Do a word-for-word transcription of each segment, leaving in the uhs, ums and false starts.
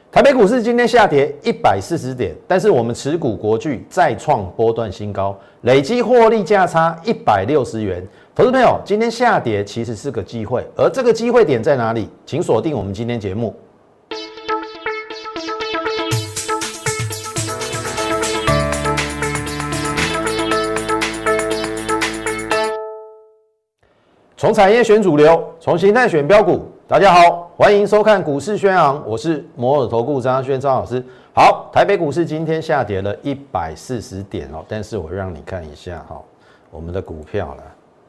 台北股市今天下跌一百四十点，但是我们持股国巨再创波段新高，累积获利价差一百六十元。投资朋友，今天下跌其实是个机会，而这个机会点在哪里？请锁定我们今天节目。从产业选主流，从形态选标股。大家好，欢迎收看股市宣昂，我是摩尔投顾张轩张老师。好，台北股市今天下跌了一百四十点哦，但是我让你看一下哈，我们的股票啦，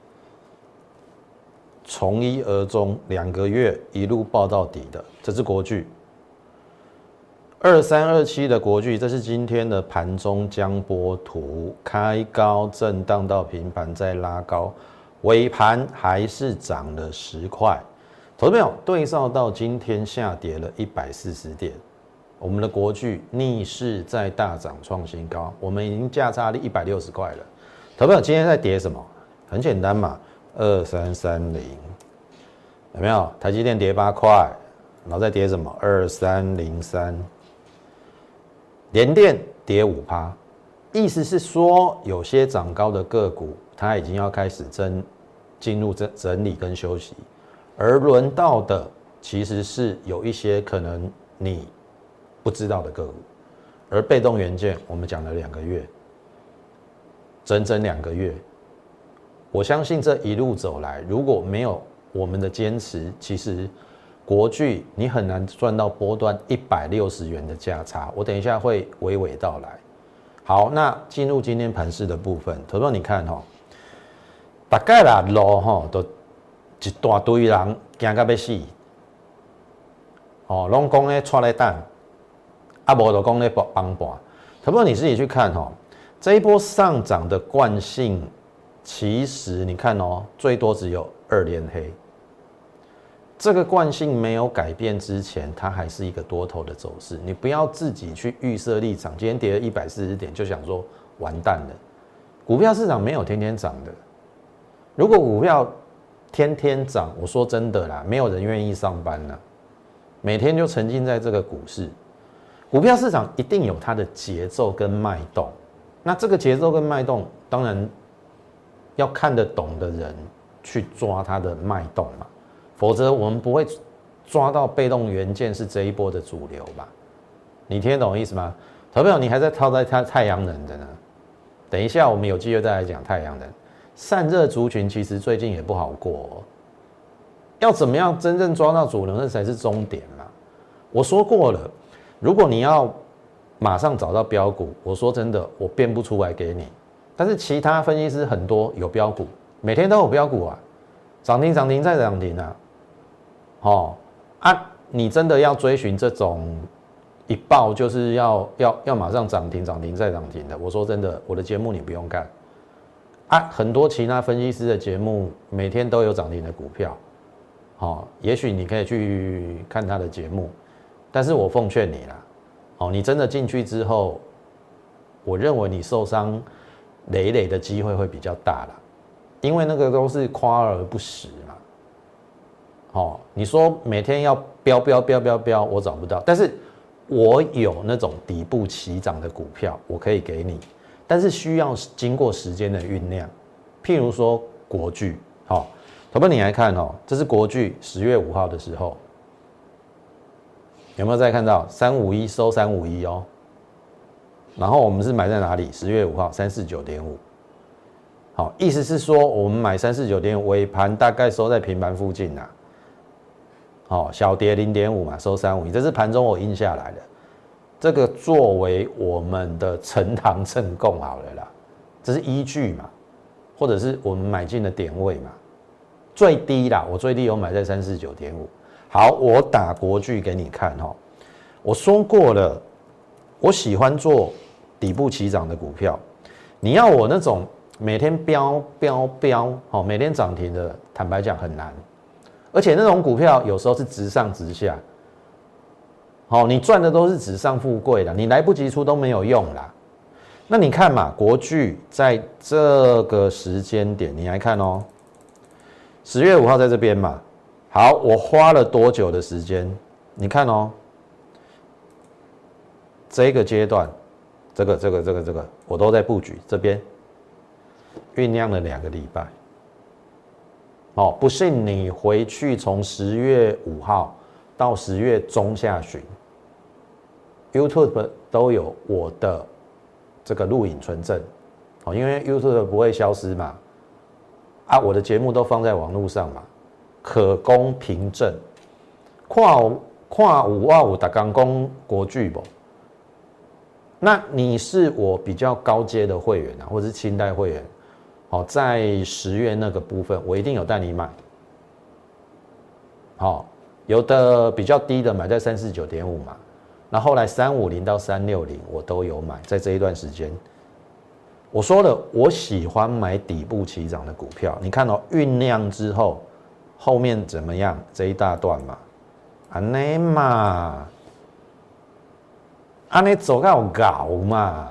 从一而终，两个月一路抱到底的，这是国巨二三二七的国巨，这是今天的盘中江波图，开高震荡到平盘再拉高，尾盘还是涨了十块。投资朋友，对照到今天下跌了一百四十点，我们的国巨逆势再大涨创新高，我们已经价差了一百六十块了。投资朋友，今天在跌什么？很简单嘛，二三三零，有没有？台积电跌八块，然后再跌什么？二三零三，联电跌五趴，意思是说，有些涨高的个股，它已经要开始真进入整整理跟休息。而轮到的其实是有一些可能你不知道的个股，而被动元件我们讲了两个月，整整两个月，我相信这一路走来，如果没有我们的坚持，其实国巨你很难赚到波段一百六十元的价差。我等一下会娓娓道来。好，那进入今天盘势的部分，投资你看哈、哦，大概啦路哈都。一大堆人惊到要死，哦，拢讲咧带咧蛋，啊无就讲咧帮盘。可不可以你自己去看哦，这一波上涨的惯性，其实你看哦，最多只有二连黑。这个惯性没有改变之前，它还是一个多头的走势。你不要自己去预设立场，今天跌了一百四十点，就想说完蛋了。股票市场没有天天涨的，如果股票天天涨，我说真的啦，没有人愿意上班啦，每天就沉浸在这个股市。股票市场一定有它的节奏跟脉动，那这个节奏跟脉动，当然要看得懂的人去抓它的脉动嘛，否则我们不会抓到被动元件是这一波的主流吧？你听得懂我意思吗？投票你还在套在太太阳能的呢，等一下我们有机会再来讲太阳能。散热族群其实最近也不好过、哦，要怎么样真正抓到主流，那才是终点嘛。我说过了，如果你要马上找到标股，我说真的，我编不出来给你。但是其他分析师很多有标股，每天都有标股啊，涨停涨停再涨停啊，哦啊，你真的要追寻这种一爆就是要要要马上涨停涨停再涨停的，我说真的，我的节目你不用看。啊，很多其他分析师的节目每天都有涨停的股票，哦，也许你可以去看他的节目，但是我奉劝你啦，哦，你真的进去之后，我认为你受伤累累的机会会比较大啦，因为那个都是夸而不实嘛，哦，你说每天要飙飙飙飙飙，我找不到，但是我有那种底部起涨的股票，我可以给你。但是需要经过时间的酝酿，譬如说国巨，好，投资你来看哦，这是国巨十月五号的时候，有没有再看到三五一收三五一哦？然后我们是买在哪里？十月五号三四九点五，好，意思是说我们买三四九点五，尾盘大概收在平盘附近呐、啊，好，小跌零点五嘛，收三五一，这是盘中我印下来的。这个作为我们的呈堂证供好了啦，这是依据嘛，或者是我们买进的点位嘛，最低啦，我最低有买在三四九点五。好，我打国巨给你看哈，我说过了，我喜欢做底部起涨的股票，你要我那种每天飙飙飙，好，每天涨停的，坦白讲很难，而且那种股票有时候是直上直下。好，你赚的都是纸上富贵啦，你来不及出都没有用啦。那你看嘛，国巨在这个时间点，你来看哦，十月五号在这边嘛。好，我花了多久的时间？你看哦， 这个阶段，这个这个这个这个我都在布局，这边酝酿了两个礼拜。哦，不信你回去从十月五号到十月中下旬 ，YouTube 都有我的这个录影存证。哦，因为 YouTube 不会消失嘛，啊，我的节目都放在网络上嘛，可供凭证。看看有我有大刚讲国剧不？那你是我比较高阶的会员啊，或者是清代会员。好，在十月那个部分，我一定有带你买。好，有的比较低的买在三四九点五嘛，那后来三五零到三六零我都有买，在这一段时间，我说了，我喜欢买底部起涨的股票。你看哦，酝酿之后，后面怎么样？这一大段嘛，安尼嘛，安尼走到搞嘛，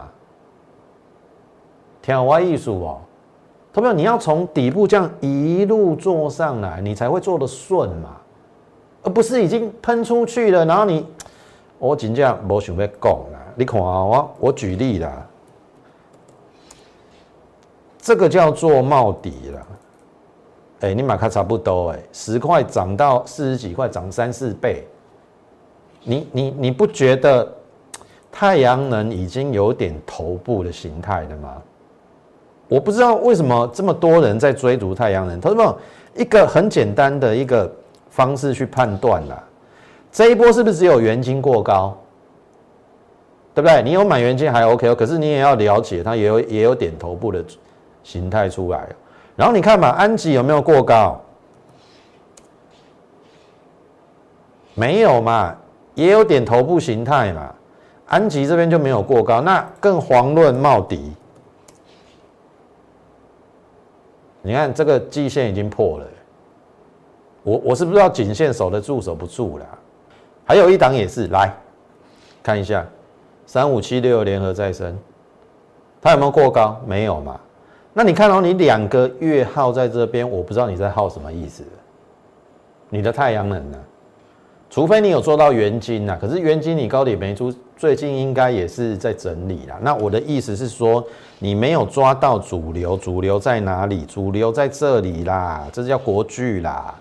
听我意思哦。投票你要从底部这样一路做上来，你才会做得顺嘛，而不是已经喷出去了，然后你我真正没想要讲啦。你看啊，我我举例啦，这个叫做冒底啦。哎、欸，你买它差不多哎、欸，十块涨到四十几块，涨三四倍，你你你不觉得太阳能已经有点头部的形态了吗？我不知道为什么这么多人在追逐太阳能，他说一个很简单的一个方式去判断啦，这一波是不是只有元金过高，对不对？你有买元金还 OK 哦，可是你也要了解它也有也有点头部的形态出来，然后你看嘛，安吉有没有过高？没有嘛，也有点头部形态嘛，安吉这边就没有过高，那更遑论茂迪。你看这个季线已经破了，我我是不知道颈线守得住守不住啦。还有一档也是，来看一下三五七六联合再生，它有没有过高？没有嘛。那你看哦，你两个月耗在这边，我不知道你在耗什么意思。你的太阳能呢？除非你有做到元金啊，可是元金你高点没出，最近应该也是在整理啦。那我的意思是说，你没有抓到主流，主流在哪里？主流在这里啦，这叫国巨啦。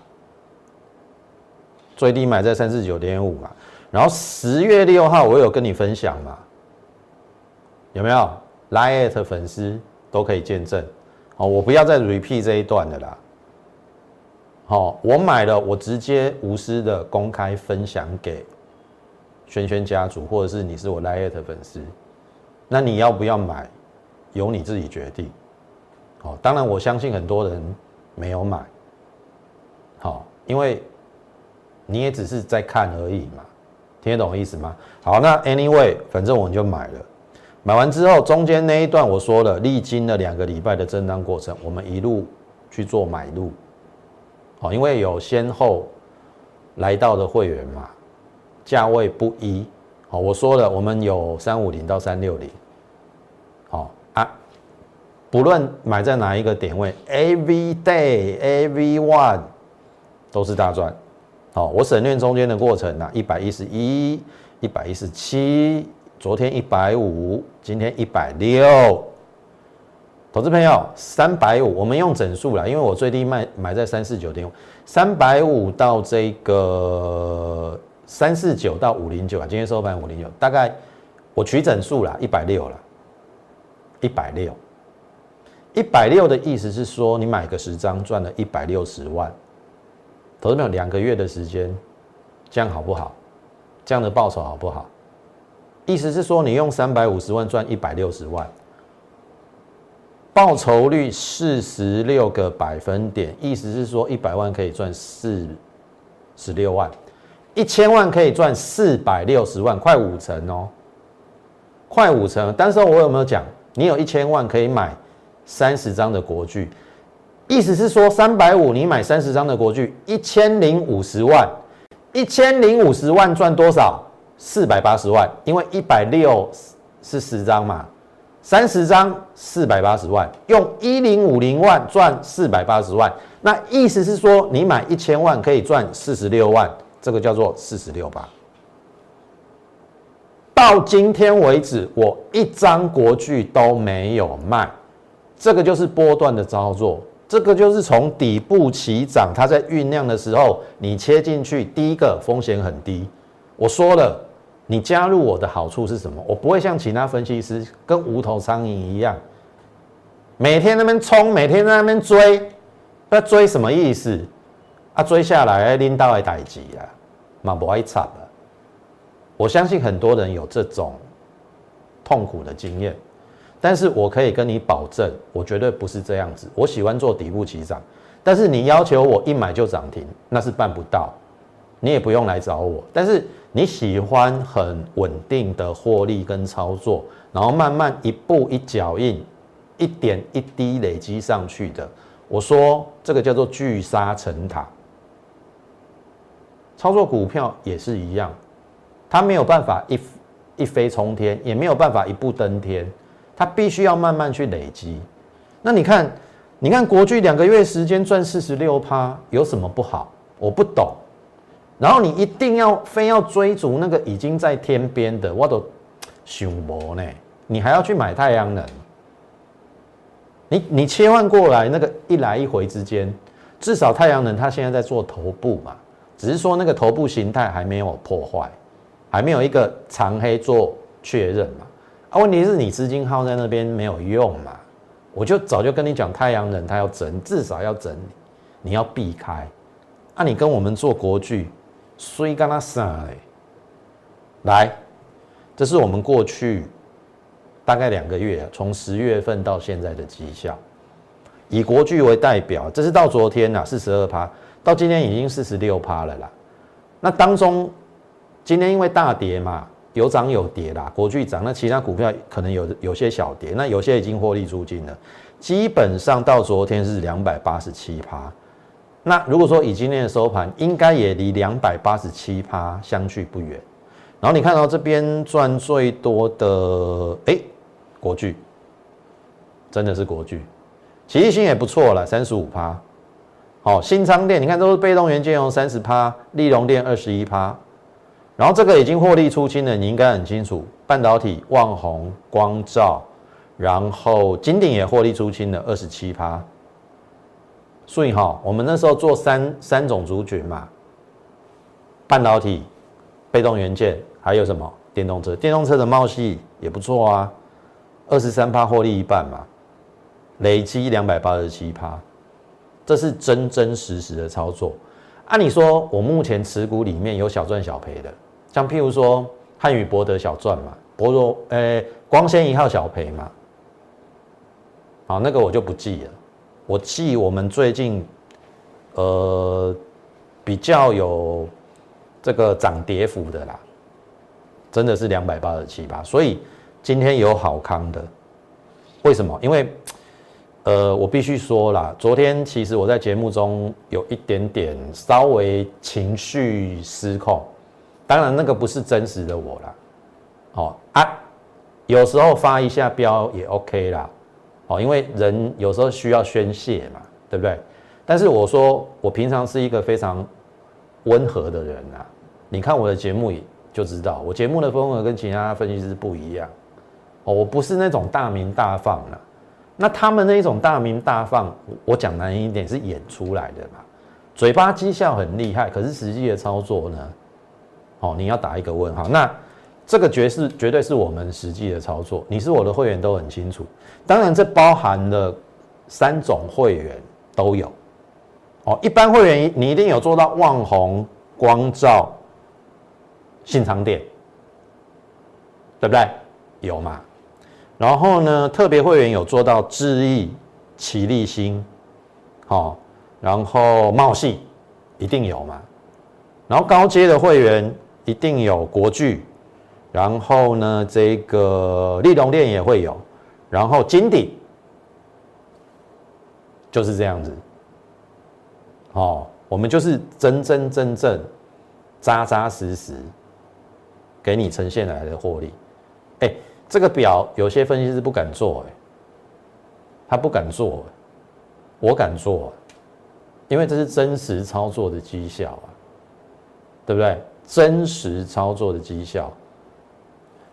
最低买在三四九点五嘛，然后十月六号我有跟你分享嘛，有没有 ？Line 粉丝都可以见证。哦，我不要再 repeat 这一段了啦。好，我买了，我直接无私的公开分享给轩轩家族，或者是你是我 Line 粉丝，那你要不要买，由你自己决定。好，当然我相信很多人没有买，好，因为你也只是在看而已嘛，听得懂意思吗？好，那 anyway， 反正我们就买了，买完之后中间那一段我说了，历经了两个礼拜的震荡过程，我们一路去做买入。因为有先后来到的会员嘛，价位不一。我说了，我们有三五零到三六零，好啊，不论买在哪一个点位 ，every day，every one 都是大赚。好，我省略中间的过程啊，一百一十一、一百一十七，昨天一百五，今天一百六。投资朋友，三百五，我们用整数啦，因为我最低卖买在三四九点五，三百五到这个三四九到五零九啊，今天收盘五零九，大概我取整数啦，一百六啦，一百六，一百六的意思是说，你买个十张赚了一百六十万，投资朋友两个月的时间，这样好不好？这样的报酬好不好？意思是说，你用三百五十万赚一百六十万。报酬率四十六个百分点，意思是说一百万可以赚四十六万，一千万可以赚四百六十万，快五成哦，快五成。但是我有没有讲，你有一千万可以买三十张的国巨，意思是说三百五你买三十张的国巨，一千零五十万，一千零五十万赚多少？四百八十万，因为一百六是十张嘛。三十张四百八十万，用一零五零万赚四百八十万，那意思是说你买一千万可以赚四十六万，这个叫做四十六八， 到今天为止，我一张国巨都没有卖，这个就是波段的操作，这个就是从底部起涨，它在酝酿的时候，你切进去，第一个风险很低。我说了，你加入我的好处是什么？我不会像其他分析师跟无头苍蝇一样，每天那边冲，每天在那边追，要追什么意思？啊，追下来拎到的代志啊，嘛不爱惨了。我相信很多人有这种痛苦的经验，但是我可以跟你保证，我绝对不是这样子。我喜欢做底部起涨，但是你要求我一买就涨停，那是办不到。你也不用来找我，但是你喜欢很稳定的获利跟操作，然后慢慢一步一脚印，一点一滴累积上去的，我说这个叫做聚沙成塔。操作股票也是一样。它没有办法一一飞冲天，也没有办法一步登天，它必须要慢慢去累积。那你看，你看国巨两个月时间赚四十六趴，有什么不好？我不懂。然后你一定要非要追逐那个已经在天边的，我都想无呢。你还要去买太阳能？你你切换过来，那个一来一回之间，至少太阳能它现在在做头部嘛，只是说那个头部形态还没有破坏。还没有一个长黑做确认嘛？啊，问题是你资金耗在那边没有用嘛？我就早就跟你讲，太阳能它要整，至少要整理，你要避开。啊，你跟我们做国巨，衰干那啥嘞？来，这是我们过去大概两个月，从十月份到现在的绩效，以国巨为代表，这是到昨天呐，四十二趴，到今天已经四十六趴了啦。那当中。今天因为大跌嘛，有涨有跌啦，国巨涨，那其他股票可能有有些小跌，那有些已经获利出尽了。基本上到昨天是两百八十七趴，那如果说以今天的收盘，应该也离两百八十七趴相去不远。然后你看到这边赚最多的，哎，国巨，真的是国巨，奇力新也不错啦，三十五趴。好，新昌电你看都是被动元件哦，三十趴，立隆电二十一趴。然后这个已经获利出清了，你应该很清楚，半导体、旺宏、光罩，然后金鼎也获利出清了二十七趴。所以哈，我们那时候做三三种族群嘛，半导体、被动元件，还有什么电动车？电动车的茂系也不错啊，二十三趴获利一半嘛，累积两百八十七趴，这是真真实实的操作。按理说，我目前持股里面有小赚小赔的。像譬如说汉语博德小赚嘛，博若呃光纤一号小赔嘛，好那个我就不记了，我记我们最近呃比较有这个涨跌幅的啦，真的是两百八十七趴，所以今天有好康的，为什么？因为呃我必须说啦，昨天其实我在节目中有一点点稍微情绪失控。当然，那个不是真实的我啦，哦啊，有时候发一下飙也 OK 啦，哦，因为人有时候需要宣泄嘛，对不对？但是我说，我平常是一个非常温和的人啊，你看我的节目就知道，我节目的风格跟其他分析师不一样，哦，我不是那种大鸣大放啦，那他们那一种大鸣大放，我讲难听一点是演出来的嘛，嘴巴绩效很厉害，可是实际的操作呢？哦，你要打一个问号。那这个绝是绝对是我们实际的操作，你是我的会员都很清楚。当然，这包含了三种会员都有。哦，一般会员你一定有做到旺宏、光罩、信昌电，对不对？有嘛？然后呢，特别会员有做到智毅、奇力新，好，然后茂系一定有嘛？然后高阶的会员。一定有国巨，然后呢，这个立隆电也会有，然后金鼎就是这样子。哦，我们就是真真正正、扎扎实实给你呈现来的获利。哎，这个表有些分析师不敢做，哎，他不敢做，我敢做，因为这是真实操作的绩效啊，对不对？真实操作的绩效，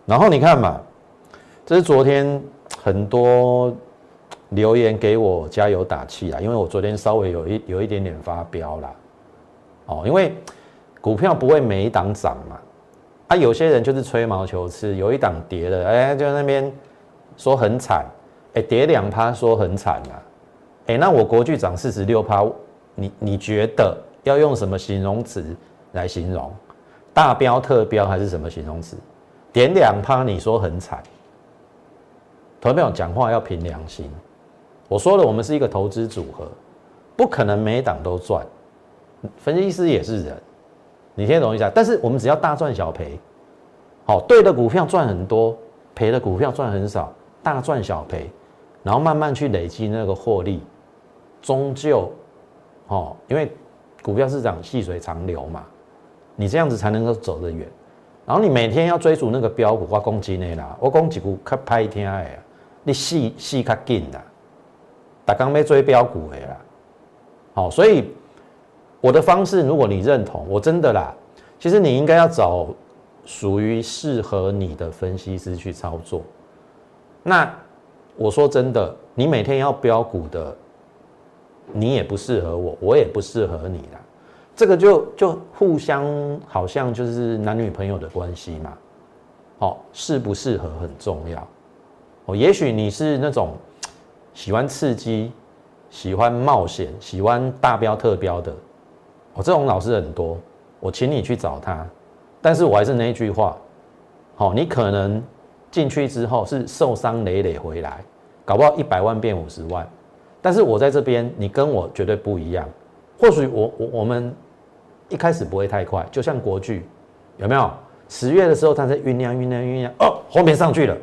然后你看嘛，这是昨天很多留言给我加油打气啦，因为我昨天稍微有一有一点点发飙啦，哦，因为股票不会每一档涨嘛，啊，有些人就是吹毛求疵，有一档跌了，哎，就那边说很惨，哎，跌两趴说很惨啊，哎，那我国巨涨四十六趴，你你觉得要用什么形容词来形容？大标特标还是什么形容词？点两趴你说很惨，投票讲话要凭良心。我说了，我们是一个投资组合，不可能每一档都赚。分析师也是人，你听得懂意思啊？但是我们只要大赚小赔，好，对的股票赚很多，赔的股票赚很少，大赚小赔，然后慢慢去累积那个获利，终究，哦，因为股票市场细水长流嘛，你这样子才能够走得远。然后你每天要追逐那个标股，我讲真的啦，我讲一句较歹听的，你死死较紧啦，大家要追标股的啦，好，所以我的方式，如果你认同，我真的啦，其实你应该要找属于适合你的分析师去操作。那我说真的，你每天要标股的，你也不适合我，我也不适合你啦。这个就就互相好像就是男女朋友的关系嘛，哦，适不适合很重要。哦，也许你是那种喜欢刺激、喜欢冒险、喜欢大标特标的，哦，这种老师很多，我请你去找他。但是我还是那一句话，好，你可能进去之后是受伤累累回来，搞不好一百万变五十万。但是我在这边，你跟我绝对不一样。或许我我我们一开始不会太快，就像国巨，有没有？十月的时候它在酝酿酝酿酝酿，哦，后面上去了。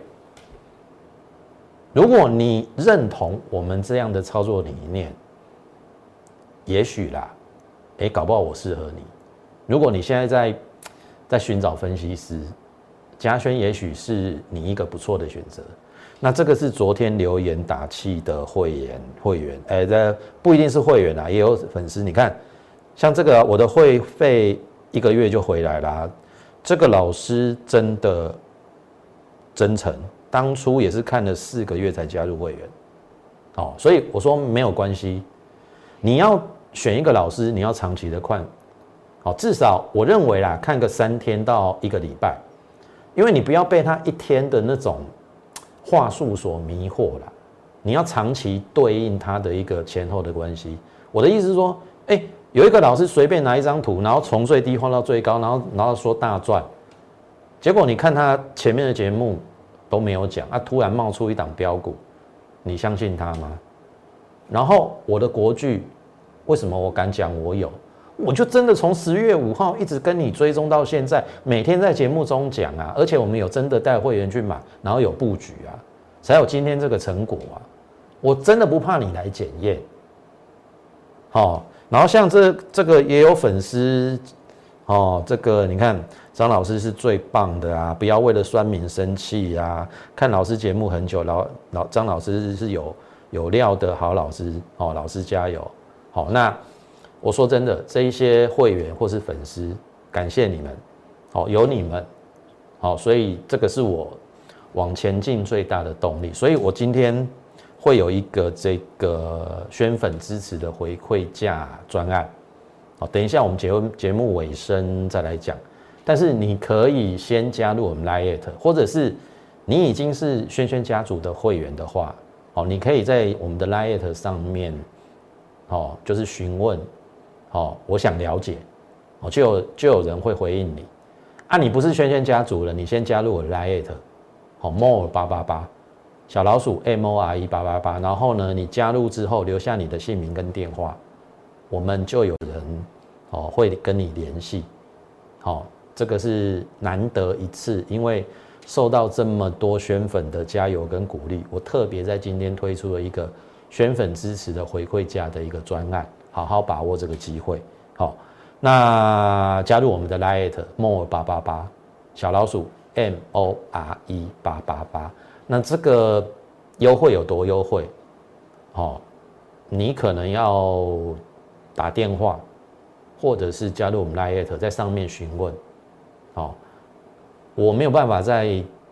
如果你认同我们这样的操作理念，也许啦，哎，搞不好我适合你。如果你现在在在寻找分析师，嘉轩也许是你一个不错的选择。那这个是昨天留言打气的会员会员，哎，这不一定是会员啦，也有粉丝。你看，像这个我的会费一个月就回来啦。这个老师真的真诚，当初也是看了四个月才加入会员，哦，所以我说没有关系。你要选一个老师，你要长期的看，好，至少我认为啦，看个三天到一个礼拜，因为你不要被他一天的那种话术所迷惑啦，你要长期对应他的一个前后的关系。我的意思是说，哎、欸，有一个老师随便拿一张图，然后从最低画到最高，然后然后说大赚，结果你看他前面的节目都没有讲，啊，突然冒出一档标股，你相信他吗？然后我的国巨，为什么我敢讲我有？我就真的从十月五号一直跟你追踪到现在，每天在节目中讲啊，而且我们有真的带会员去买，然后有布局啊，才有今天这个成果啊。我真的不怕你来检验。好、哦，然后像这这个也有粉丝，哦，这个你看张老师是最棒的啊，不要为了酸民生气啊。看老师节目很久，老老张老师是有有料的好老师，哦，老师加油。好、哦，那。我说真的，这一些会员或是粉丝，感谢你们，好，有你们，好，所以这个是我往前进最大的动力。所以我今天会有一个这个宣粉支持的回馈价专案，好，等一下我们节目节目尾声再来讲。但是你可以先加入我们 Line， 或者是你已经是轩轩家族的会员的话，好，你可以在我们的 Line 上面，好，就是询问。哦，我想了解，哦，就有就有人会回应你。啊，你不是轩轩家族了，你先加入我的 Line， 好 ，more 八八八，小老鼠 M O R E 八八八，然后呢，你加入之后留下你的姓名跟电话，我们就有人哦会跟你联系。好、哦，这个是难得一次，因为受到这么多宣粉的加油跟鼓励，我特别在今天推出了一个宣粉支持的回馈价的一个专案。好好把握这个机会，好，那加入我们的 Line more 八八八小老鼠 M O R E 八八八，那这个优惠有多优惠？哦，你可能要打电话，或者是加入我们 Line 在上面询问，哦，我没有办法在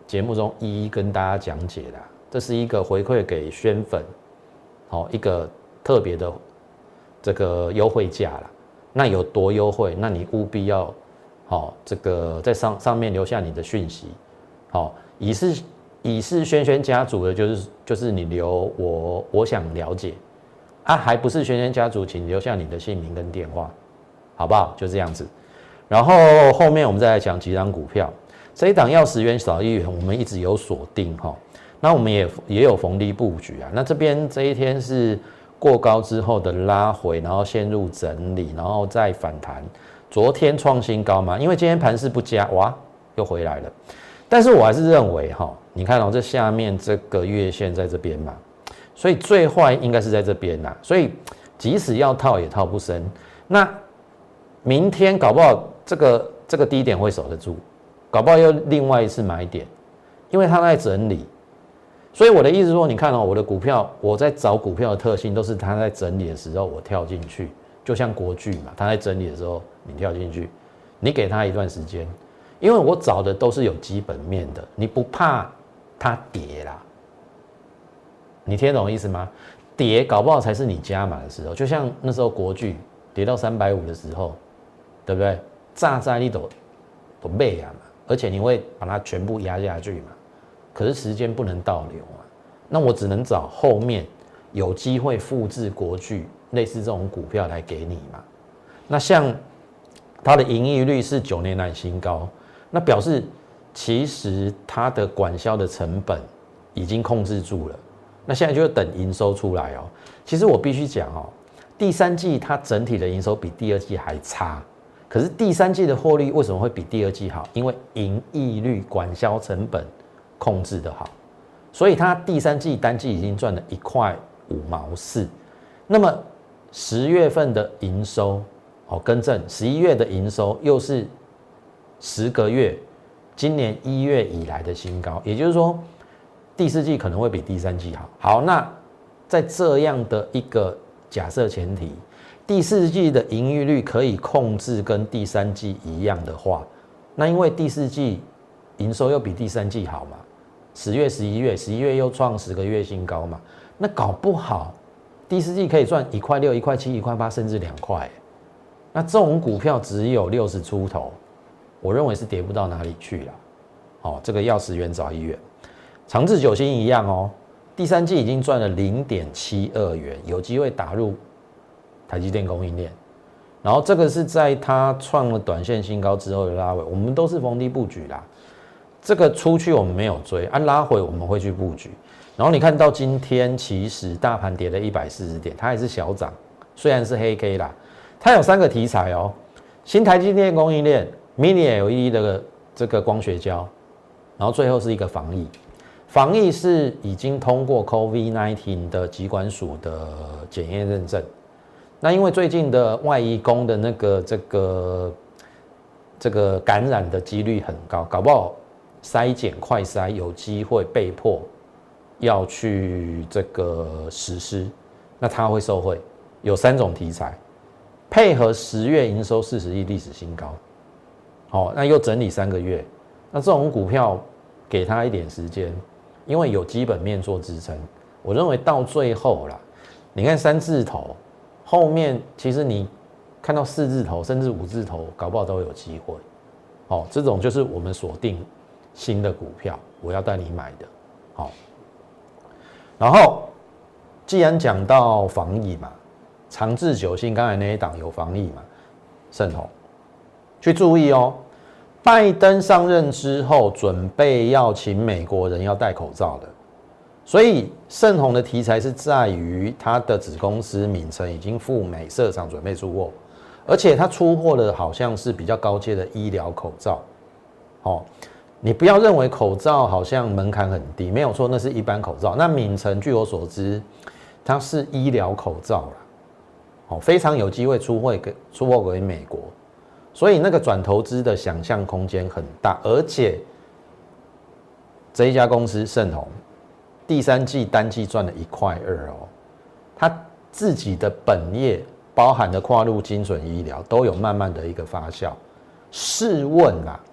节目中一一跟大家讲解啦。这是一个回馈给宣粉，好一个特别的这个优惠价啦。那有多优惠？那你务必要好这个在上上面留下你的讯息，好以是以是轩轩家族的，就是就是你留我我想了解啊，还不是轩轩家族，请留下你的姓名跟电话，好不好？就这样子。然后后面我们再来讲几档股票，这一档要十元少一元，我们一直有锁定哈。那我们也也有逢低布局啊。那这边这一天是过高之后的拉回，然后陷入整理，然后再反弹。昨天创新高嘛，因为今天盘势不佳，哇，又回来了。但是我还是认为哈，你看哦，这下面这个月线在这边嘛，所以最坏应该是在这边啦。所以即使要套也套不深。那明天搞不好这个这个低点会守得住，搞不好又另外一次买点，因为它在整理。所以我的意思说，你看哦，我的股票，我在找股票的特性都是它在整理的时候我跳进去，就像国巨嘛，它在整理的时候你跳进去，你给它一段时间，因为我找的都是有基本面的，你不怕它跌啦，你听得懂意思吗？跌搞不好才是你加码的时候，就像那时候国巨跌到三百五的时候，对不对？炸在你都都卖啊嘛，而且你会把它全部压下去嘛。可是时间不能倒流啊，那我只能找后面有机会复制国巨类似这种股票来给你嘛。那像它的盈利率是九年来新高，那表示其实它的管销的成本已经控制住了。那现在就等营收出来哦。其实我必须讲哦，第三季它整体的营收比第二季还差，可是第三季的获利为什么会比第二季好？因为盈利率、管销成本控制的好，所以它第三季单季已经赚了一块五毛四。那么十月份的营收，哦，更正，十一月的营收又是十个月，今年一月以来的新高，也就是说，第四季可能会比第三季好。好，那在这样的一个假设前提，第四季的盈余率可以控制跟第三季一样的话，那因为第四季营收又比第三季好嘛，十月、十一月，十一月又创十个月新高嘛，那搞不好第四季可以赚一块六、一块七、一块八，甚至两块。那这种股票只有六十出头，我认为是跌不到哪里去啦。哦，这个要十元找一元，长治久兴一样哦，第三季已经赚了零点七二元，有机会打入台积电供应链。然后这个是在它创了短线新高之后的拉尾，我们都是逢低布局啦。这个出去我们没有追，按、啊、拉回我们会去布局。然后你看到今天其实大盘跌了一百四十点，它还是小涨，虽然是黑 K 啦。它有三个题材哦，新台积电供应链、Mini L E D 的这个光学胶，然后最后是一个防疫。防疫是已经通过 COVID 十九 的疾管署的检验认证。那因为最近的外移工的那个这个这个感染的几率很高，搞不好筛检快筛有机会被迫要去这个实施，那它会受惠。有三种题材，配合十月营收四十亿历史新高，好、哦，那又整理三个月，那这种股票给它一点时间，因为有基本面做支撑，我认为到最后啦，你看三字头。后面其实你看到四字头甚至五字头，搞不好都有机会。哦，这种就是我们锁定新的股票，我要带你买的。好，然后既然讲到防疫嘛，长治久兴，刚才那一档有防疫嘛，盛虹，去注意哦。拜登上任之后，准备要请美国人要戴口罩的。所以盛虹的题材是在于它的子公司敏成已经赴美设厂准备出货，而且它出货的好像是比较高阶的医疗口罩。哦，你不要认为口罩好像门槛很低，没有错，那是一般口罩。那敏成据我所知，它是医疗口罩啦，哦，非常有机会出货给出货给美国，所以那个转投资的想象空间很大，而且这一家公司盛虹。第三季单季赚了一块二哦，它自己的本业包含的跨入精准医疗都有慢慢的一个发酵。试问啦，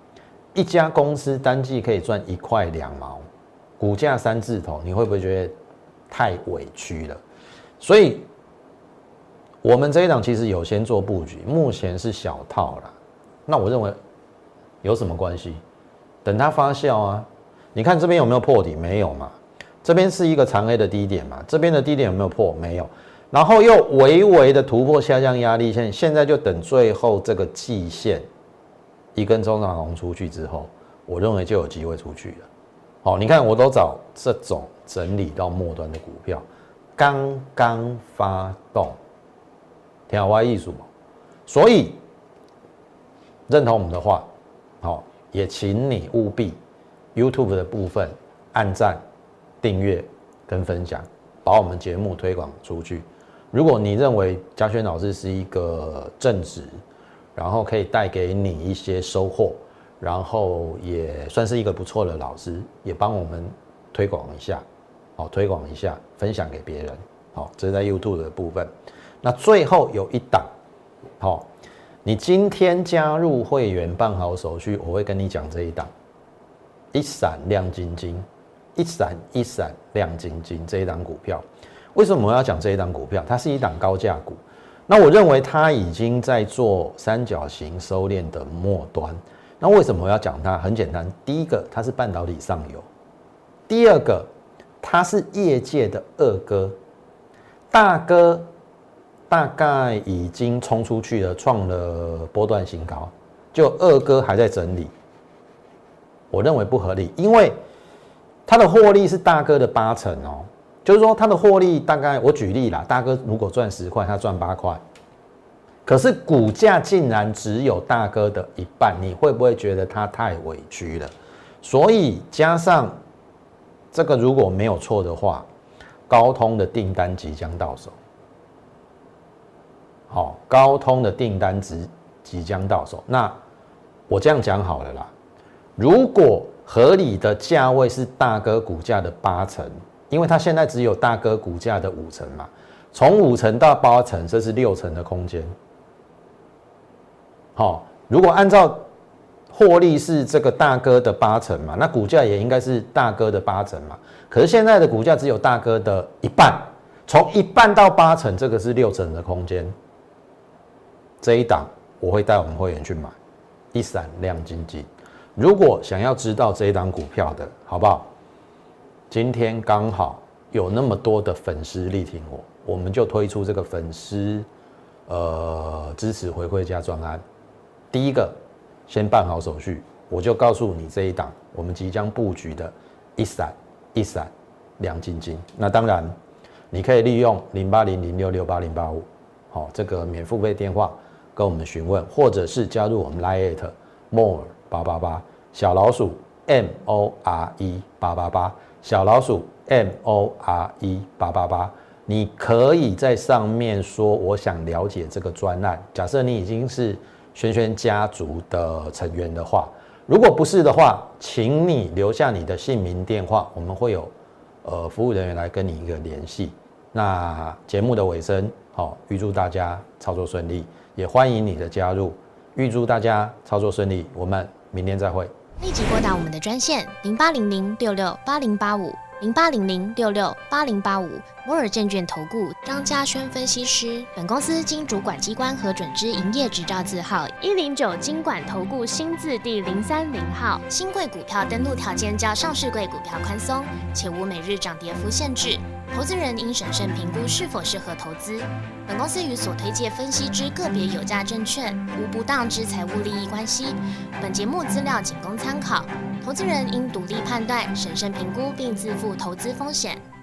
一家公司单季可以赚一块两毛，股价三字头，你会不会觉得太委屈了？所以，我们这一档其实有先做布局，目前是小套啦。那我认为有什么关系？等它发酵啊。你看这边有没有破底？没有嘛。这边是一个长 A 的低点嘛，这边的低点有没有破？没有。然后又微微的突破下降压力线，现在就等最后这个季线一根中长红出去之后，我认为就有机会出去了。好，你看我都找这种整理到末端的股票，刚刚发动，听我意思吗？所以认同我们的话，好，也请你务必 YouTube 的部分按赞、订阅跟分享，把我们节目推广出去。如果你认为嘉轩老师是一个正直，然后可以带给你一些收获，然后也算是一个不错的老师，也帮我们推广一下，好，推广一下，分享给别人，好，这是在 YouTube 的部分。那最后有一档，好，你今天加入会员办好手续，我会跟你讲这一档，一闪亮晶晶，一闪一闪亮晶晶这一档股票。为什么我要讲这一档股票？它是一档高价股。那我认为它已经在做三角形收敛的末端。那为什么我要讲它？很简单，第一个，它是半导体上游；第二个，它是业界的二哥，大哥大概已经冲出去了，创了波段新高，就二哥还在整理。我认为不合理，因为它的获利是大哥的八成哦。就是说，它的获利大概，我举例啦，大哥如果赚十块，他赚八块，可是股价竟然只有大哥的一半，你会不会觉得他太委屈了？所以加上这个如果没有错的话，高通的订单即将到手。好，高通的订单即即将到手。那我这样讲好了啦，如果合理的价位是大哥股价的八成。因为它现在只有大哥股价的五成嘛，从五成到八成，这是六成的空间。好，如果按照获利是这个大哥的八成嘛，那股价也应该是大哥的八成嘛。可是现在的股价只有大哥的一半，从一半到八成，这个是六成的空间。这一档我会带我们会员去买，一闪亮晶晶。如果想要知道这一档股票的好不好？今天刚好有那么多的粉丝力挺我，我们就推出这个粉丝呃支持回馈加专案。第一个，先办好手续，我就告诉你这一档我们即将布局的一闪一闪亮晶晶。那当然，你可以利用零八零零六六八零八五，好，这个免付费电话跟我们询问，或者是加入我们 Line at more 八八八小老鼠 M O R E 八八八。小老鼠 M O R E 八八八，你可以在上面说我想了解这个专案。假设你已经是轩轩家族的成员的话，如果不是的话，请你留下你的姓名、电话，我们会有呃服务人员来跟你一个联系。那节目的尾声，好，预祝大家操作顺利，也欢迎你的加入，预祝大家操作顺利，我们明天再会。 立即拨打我们的专线零八零零六六八零八五零八零零六六八零八五摩尔证券投顾张嘉轩分析师。本公司经主管机关核准之营业执照字号一零九金管投顾新字第零三零号。新贵股票登录条件较上市贵股票宽松，且无每日涨跌幅限制。投资人应审慎评估是否适合投资。本公司与所推介分析之个别有价证券无不当之财务利益关系。本节目资料仅供参考，投资人应独立判断、审慎评估并自负投资风险。